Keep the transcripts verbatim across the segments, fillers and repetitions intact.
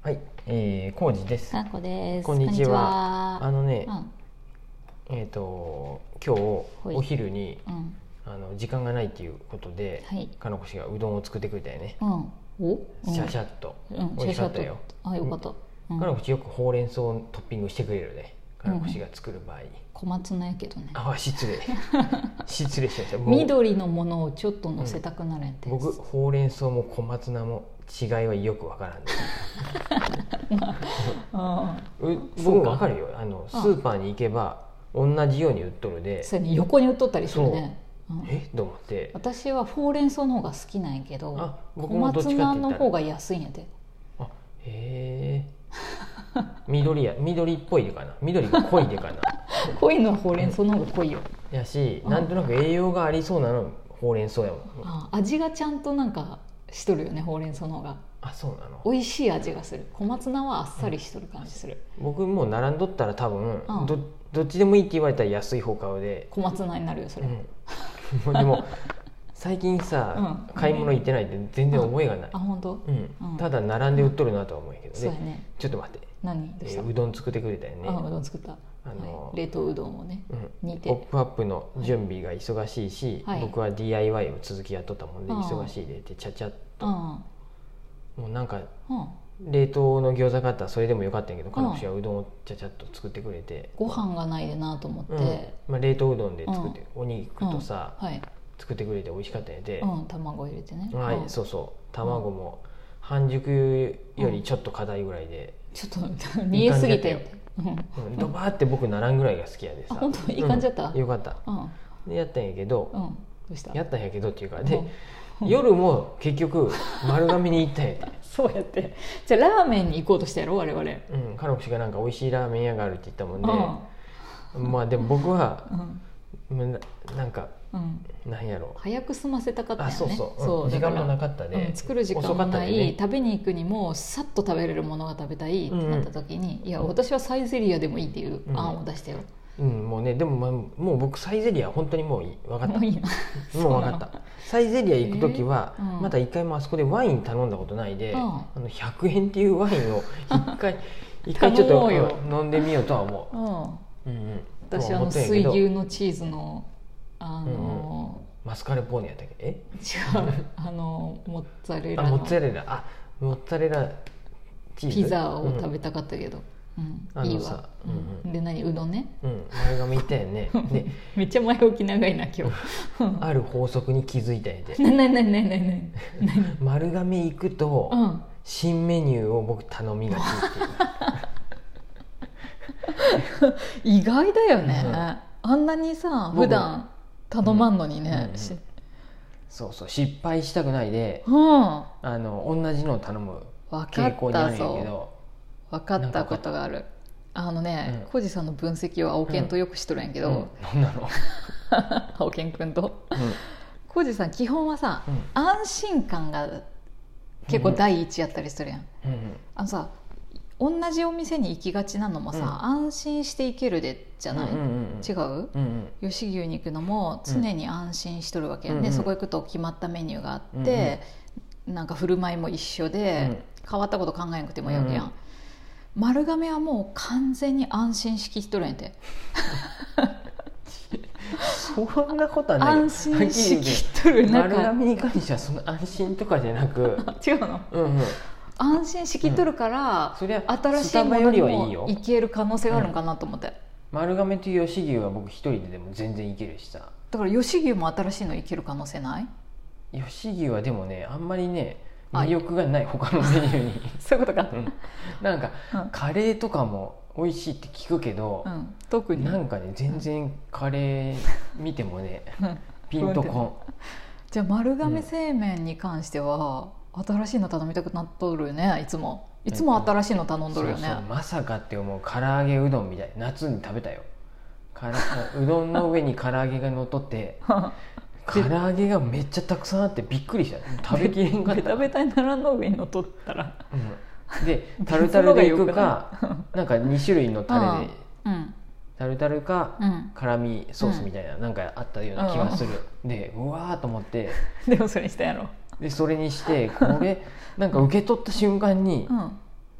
はい、えー、康二です。 かなこです。 こんにちは。あのね、 うん、 えっ、ー、と今日お昼に、 うん、 あの時間がないっていうことで、はい、かなこ氏がうどんを作ってくれたよね。 うん、お、 シャシャッと、 うん、 美味しかったよ。 あ、よかった。 うん、かなこ氏よくほうれん草をトッピングしてくれるね。かなこ氏が作る場合、うん、 小松菜やけどね。 あ、失礼失礼しました。 緑のものをちょっと乗せたくなるんて、 うん、僕ほうれん草も小松菜も違いはよくわからんねあ僕もわかるよ。あのスーパーに行けば同じように売っとるで、 それに横に売っとったりするね。 うん、えと思って、 私はほうれん草の方が好きなんやけど、小松菜の方が安いんやで。 あ、へえ緑や緑っぽいでかな、緑が濃いでかな濃いのはほうれん草の方が濃いよ。 やし、なんとなく栄養がありそうなのほうれん草やもん。 あ、味がちゃんとなんかしとるよね、ほうれん草の方が。 あ、そうなの。 美味しい味がする。小松菜はあっさりしとる感じする。 うん、僕もう並んどったら多分、うん、ど, どっちでもいいって言われたら安い方買うで小松菜になるよそれ、 うん、でも最近さ、うん、買い物行ってないって全然覚えがない。 あ、本当？ うん、ただ並んで売っとるなとは思うけど、 そうやね。 ちょっと待って、 何どうした？ えー、うどん作ってくれたよね。 あ、うどん作った。あの、はい、冷凍うどんをね、 うん、煮て。ポップアップの準備が忙しいし、はい、僕は ディーアイワイ を続きやっとったもんで、はい、忙しいでってちゃちゃっと、うん、もうなんか、うん、冷凍の餃子買ったらそれでもよかったんやけど、彼女はうどんをちゃちゃっと作ってくれて、 ご飯がないでなと思って、うん、 まあ、冷凍うどんで作って、うん、お肉とさ、 うん、はい、 作ってくれて美味しかったんやで、 うん、卵入れてね、 はい、うん、そうそう、卵も半熟よりちょっと硬いぐらいで、 うん、ちょっと煮えすぎて、 うん、ドバーって僕ならんぐらいが好きやでさ、 あ、本当いい感じだった、 うん、よかった、うん、でやったんやけど、 うん、どうした？ やったんやけどっていうかで、うん、夜も結局丸亀に行ったんやでそうやって、じゃあラーメンに行こうとしたやろ我々。うん、 彼氏がなんか美味しいラーメン屋があるって言ったもんで、うん、まあでも僕は、うん、な, なんか、うん、なんやろう、 早く済ませたかったよね。 あ、そうそう、そう、時間もなかったで、 うん、作る時間もない、ね、食べに行くにもさっと食べれるものが食べたいってなった時に、うん、いや私はサイゼリヤでもいいっていう案を出してよ、 うんうん、もうね、でも、まあ、もう僕サイゼリヤ本当にもういい、分かった、もういいなもう分かったサイゼリヤ行く時は、えーうん、また一回もあそこでワイン頼んだことないで、うん、あのひゃくえんっていうワインを一回一回ちょっと飲んでみようとは思う、うんうんうん、 私あの水牛のチーズのあの、 うん、マスカルポーネやったっけ？え？ 違うあのモッツァレラのモッツァレラあモッツァレラチーズピザを食べたかったけど、うんうん、いいわ、うんうん、で何うどんね、 うん、前髪言ったよねでめっちゃ前置き長いな今日ある法則に気づいたんやで。 なななななな丸亀行くと、うん、新メニューを僕頼みがちっていう意外だよね、うん、あんなにさ普段頼まんのにね、うんうんうん、 そうそう、失敗したくないで、うん、あの同じのを頼む傾向にあるんやけど、 分かったことがある。あのね、浩二、うん、さんの分析を青健とよくしとるんやけど、うんうん、 何なの青健くんと浩二、うん、さん基本はさ、うん、安心感が結構第一やったりするやん、うんうん、あのさ同じお店に行きがちなのもさ、うん、安心して行けるでじゃない、うんうんうん、違う、うんうん、吉牛に行くのも常に安心しとるわけやね、うんうん、そこ行くと決まったメニューがあって、うんうん、なんか振る舞いも一緒で、うん、変わったこと考えなくてもいいわけやん、うんうん、丸亀はもう完全に安心しきっとるんやてそんなことはない。 安心しきっとる。 丸亀に関してはその安心とかじゃなく違うの、うんうん、安心しきっとるから、うん、そりゃ新しいものにもいける可能性があるのかなと思って、うん、 丸亀と吉牛は僕一人ででも全然いけるしさ。 だから吉牛も新しいのいける可能性ない？ 吉牛はでもね、あんまりね魅力がない、他のメニューにそういうことか、うん、 なんか、うん、カレーとかも美味しいって聞くけど、うん、 特になんかね全然カレー見てもね、うん、ピンとこん。 じゃあ丸亀製麺に関しては、うん、新しいの頼みたくなっとるよね。いつもいつも新しいの頼んどるよね、そうそう、 まさかって思う。唐揚げうどんみたい、夏に食べたよ。からうどんの上に唐揚げが乗っとって唐揚げがめっちゃたくさんあってびっくりした。食べきれんかった。 ベタベタに並んの上に乗っとったら、 うん、でタルタルでいくかなんかに種類のタレで、うん、タルタルか、うん、辛味ソースみたいな、うん、なんかあったような気がする、うん、でうわーと思ってでもそれにしたやろ。 でそれにしてこれなんか受け取った瞬間に、うん、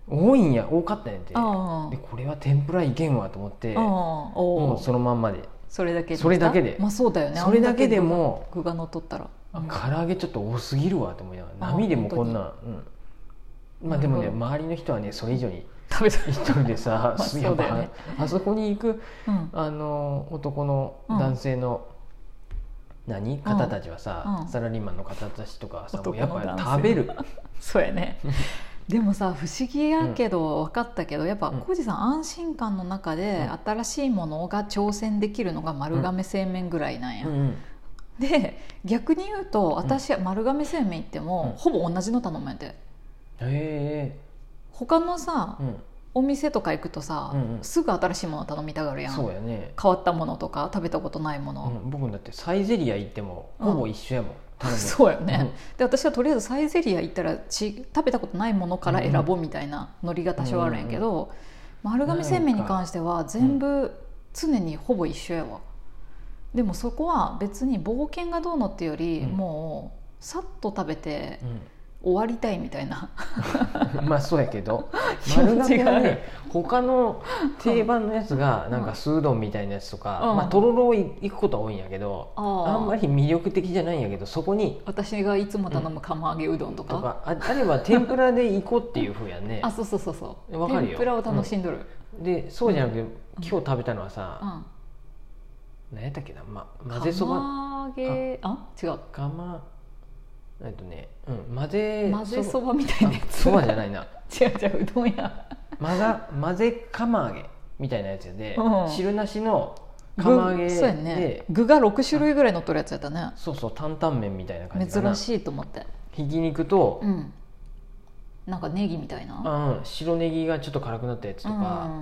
多いんや多かったんやって。でこれは天ぷらいけんわと思って、もうそのまんまでそれだけでそれだけで、 まあそうだよね、 それだけでも具が乗っとったら、 うん、唐揚げちょっと多すぎるわと思いながら、波でもこんな、うん、まあでもね、周りの人はねそれ以上に食べた一人でさ、 まあそうだよね、 あそこに行く、 うん、 あの男の男性の、うん、何方たちはさ、うん、サラリーマンの方たちとかはさ、もうやっぱり食べるそうやねでもさ不思議やけど、分かったけどやっぱ浩司さん安心感の中で新しいものが挑戦できるのが丸亀製麺ぐらいなんや、うんうん、で逆に言うと私は丸亀製麺行っても、うん、ほぼ同じの頼むんやて。へえ。 他のさ、うん、お店とか行くとさ、うんうん、すぐ新しいもの頼みたがるやん。そうやね、変わったものとか食べたことないもの、 うん、僕だってサイゼリヤ行ってもほぼ一緒やもん、うんそうよね、うん、で私はとりあえずサイゼリヤ行ったらち食べたことないものから選ぼうみたいなノリが多少あるんやけど、うんうんうん、丸亀製麺に関しては全部常にほぼ一緒やわ。でもそこは別に冒険がどうのっていうより、うん、もうさっと食べて、うん終わりたいみたいなまあそうやけど丸亀はね他の定番のやつがなんか酢うどんみたいなやつとか、うんまあ、とろろ行くことは多いんやけど、うん、あんまり魅力的じゃないんやけど、そこに私がいつも頼む釜揚げうどんとか、うん、とか あ, あれば天ぷらで行こうっていうふうやねあそうそうそうそうわかるよ、 天ぷらを楽しんどる、 うん、でそうじゃなくて、うん、今日食べたのはさ、うん、何やったっけな、ま、混ぜそば釜揚げあ違う釜えっとね、うん、混ぜ混ぜそばみたいなやつそばじゃないな違う違ううどんや混ざ混ぜ釜揚げみたいなやつで、うん、汁なしの釜揚げで、 そうやね、具がろく種類ぐらい乗っとるやつやったね。 そうそう担々麺みたいな感じかな。 珍しいと思って。 ひき肉と、 うん、なんかネギみたいな、 うん、白ネギがちょっと辛くなったやつとか、うん、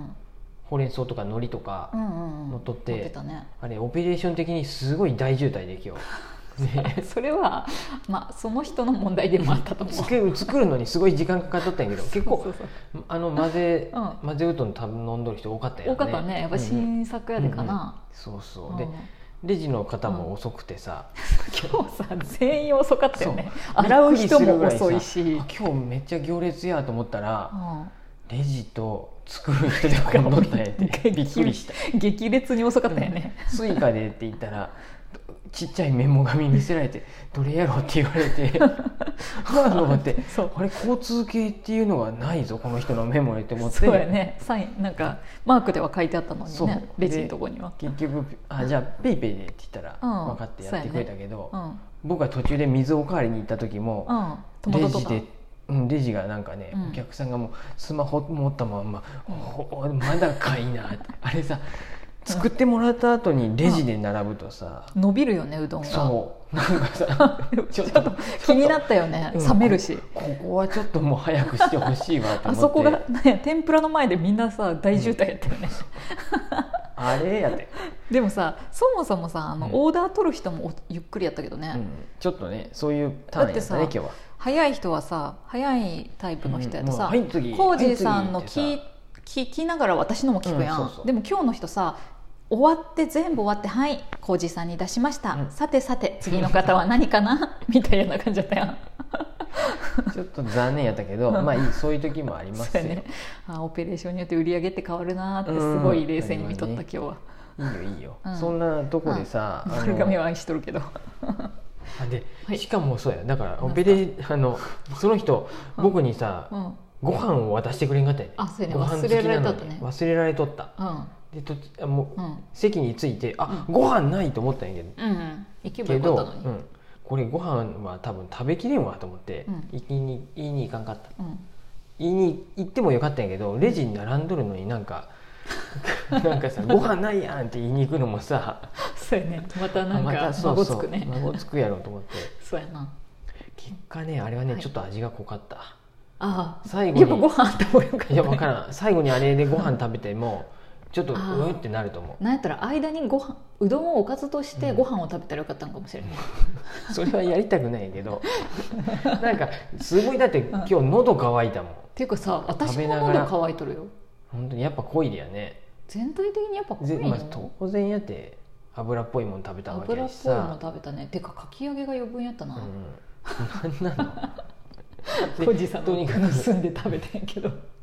ほうれん草とか海苔とか乗っとって、うんうんうんね、あれオペレーション的にすごい大渋滞で今日ね、それは、まあ、その人の問題でもあったと思う作るのにすごい時間かかっとったんやけど結構そうそうそうあの混ぜ、うん、混ぜうどん飲んどる人多かったよね。 多かったね、やっぱ新作やでかな、うんうん、 そうそう、うん、でレジの方も遅くてさ、 うん、今日さ全員遅かったよね。洗う人も遅いし今日めっちゃ行列やと思ったら、うん、レジと作る人で混んどったんやってびっくりした激烈に遅かったよね。 スイカでって言ったらちっちゃいメモ紙見せられてどれやろうって言われてあと思ってあれ交通系っていうのはないぞこの人のメモにって思って。 そうやね、サインなんかマークでは書いてあったのにね、レジのとこには結局あじゃあペイペイでって言ったら、うん、分かってやってくれたけど、ねうん、僕が途中で水おかわりに行った時も、うん、レジでうん、レジがなんかね、うん、お客さんがもうスマホ持ったまま、うん、まだかいなってあれさ作ってもらった後にレジで並ぶとさ、 うん、伸びるよねうどんが。 そうなんかさちょっと気になったよね、冷めるし、 ここはちょっともう早くしてほしいわと思ってあそこが、ね、天ぷらの前でみんなさ大渋滞やったよね、 うん、あれやってでもさそもそもさあの、うん、オーダー取る人もゆっくりやったけどね、うん、 ちょっとねそういうターンやったね今日は。 早い人はさ早いタイプの人やとさ、 コージーさんの聞聞きながら私のも聞くやん、うん、そうそう。でも今日の人さ終わって全部終わってはいコージーさんに出しました、うん、さてさて次の方は何かなみたいな感じだったやんちょっと残念やったけどまあいいそういう時もありますよね。 あオペレーションによって売り上げって変わるなってすごい冷静に見とった、今日は。 いいよいいよ、うん、そんなとこでさ、 うん、丸亀は愛しとるけどあで、はい、しかもそうやだからオペレあのその人僕にさ、うん、ご飯を渡してくれんかったよね。 あそうやね、忘れられとったね。 忘れられとった、うんでともう、うん、席に着いてあ、うん、ご飯ないと思ったんやけど、 うんうん、行けばよかったのに、 けど、うん、これご飯は多分食べきれんわと思って、うん、言いに言いに行かんかった、うん、言いに行ってもよかったんやけどレジに並んどるのになんかなんかさご飯ないやんって言いに行くのもさそうやねまたなんか孫つくね孫つくやろうと思ってそうやな結果ねあれはね、はい、ちょっと味が濃かった。 ああ最後にやっぱご飯あった方がよかった、ね、 いや分からん最後にあれでご飯食べてもちょっとうーってなると思う。 なんやったら間にご飯うどんをおかずとしてご飯を食べたらよかったのかもしれない、 うん、それはやりたくないけどなんかすごいだって今日喉乾いたもん、うん、 っていうかさ私も喉乾いとるよ。 本当にやっぱ濃いでやね全体的にやっぱ濃いの、 まあ、当然やって油っぽいもの食べたわけやしさ。 油っぽいもの食べたね。てかかき揚げが余分やったな、 うん、なんなの小路さんとにかく盗んで食べてんけど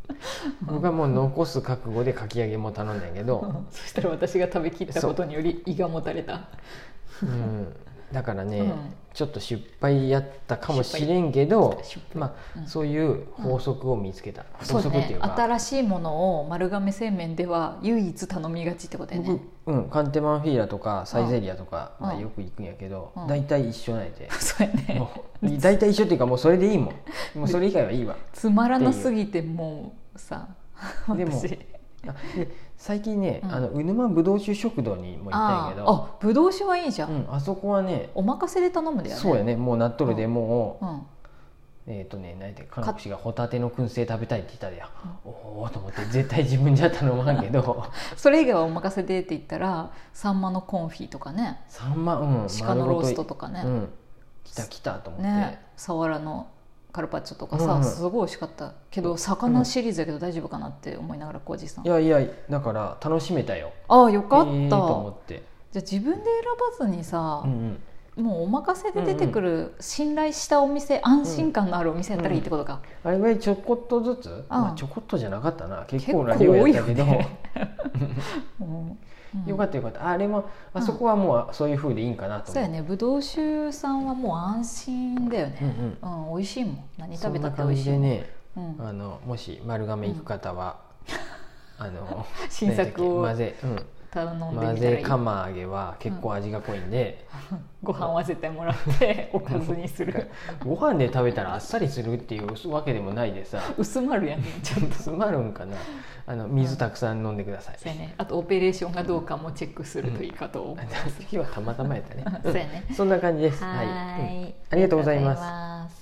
僕はもう残す覚悟でかき揚げも頼んだんやけどそしたら私が食べきったことにより胃がもたれた。 う、うん、だからね、 うん、 ちょっと失敗やったかもしれんけど、まあ、うん、そういう法則を見つけた、うん、法則っていうか、 そうね、新しいものを丸亀製麺では唯一頼みがちってことやね。 僕、うん、カンテマンフィーラとかサイゼリヤとか、まあ、よく行くんやけど、うん、大体一緒なんで、 そうやね、 もう大体一緒っていうかもうそれでいいもん、もうそれ以外はいいわつまらなすぎてもうさでもあで最近ね、うん、あのうぬまぶどう酒食堂にも行ったんやけど、 あぶどう酒はいいじゃん、 うん、あそこはねお任せで頼むだよね。 そうやね、もうなっとるで、もう、 うん、 えっ、ー、とね、何てかのこしがホタテの燻製食べたいって言ったで、うん、おおと思って絶対自分じゃ頼まんけどそれ以外はお任せでって言ったらサンマのコンフィとかね、 サンマ、うん、 鹿のローストとかね、 うん、来た来たと思って、 ね、サワラのカルパッチョとかさ、うん、すごい美味しかったけど魚シリーズだけど大丈夫かなって思いながらコージさん、 いやいやだから楽しめたよ。 ああよかった、えー、と思って。 じゃあ自分で選ばずにさ、 うんうん、 もうお任せで出てくる信頼したお店、うんうん、安心感のあるお店やったらいいってことか、 うんうん、あれぐらいちょこっとずつ、まあ、ちょこっとじゃなかったな、結構な量やったけど、ねうんうん、よかったよかった。あれもあそこはもうそういう風でいいんかなと思う、うん、そうやね、ぶどう酒さんはもう安心だよね、うんうん、美味しいもん、何食べたって美味しいもん。そんな感じでね、うん、あのもし丸亀行く方は、うん、あの新作を混ぜ、うん頼んでみたらいい。 混ぜ釜揚げは結構味が濃いんで、 うん、ご飯は絶対もらっておかずにするご飯で食べたらあっさりするっていうわけでもないでさ薄まるやんね、ちょっと薄まるんかな。あの水たくさん飲んでください、 うん、そうやね、あとオペレーションがどうかもチェックするといいかと思う、うん、 あの時はたまたまやったねそうやね、 そんな感じです。 はい、 はい、うん、ありがとうございます。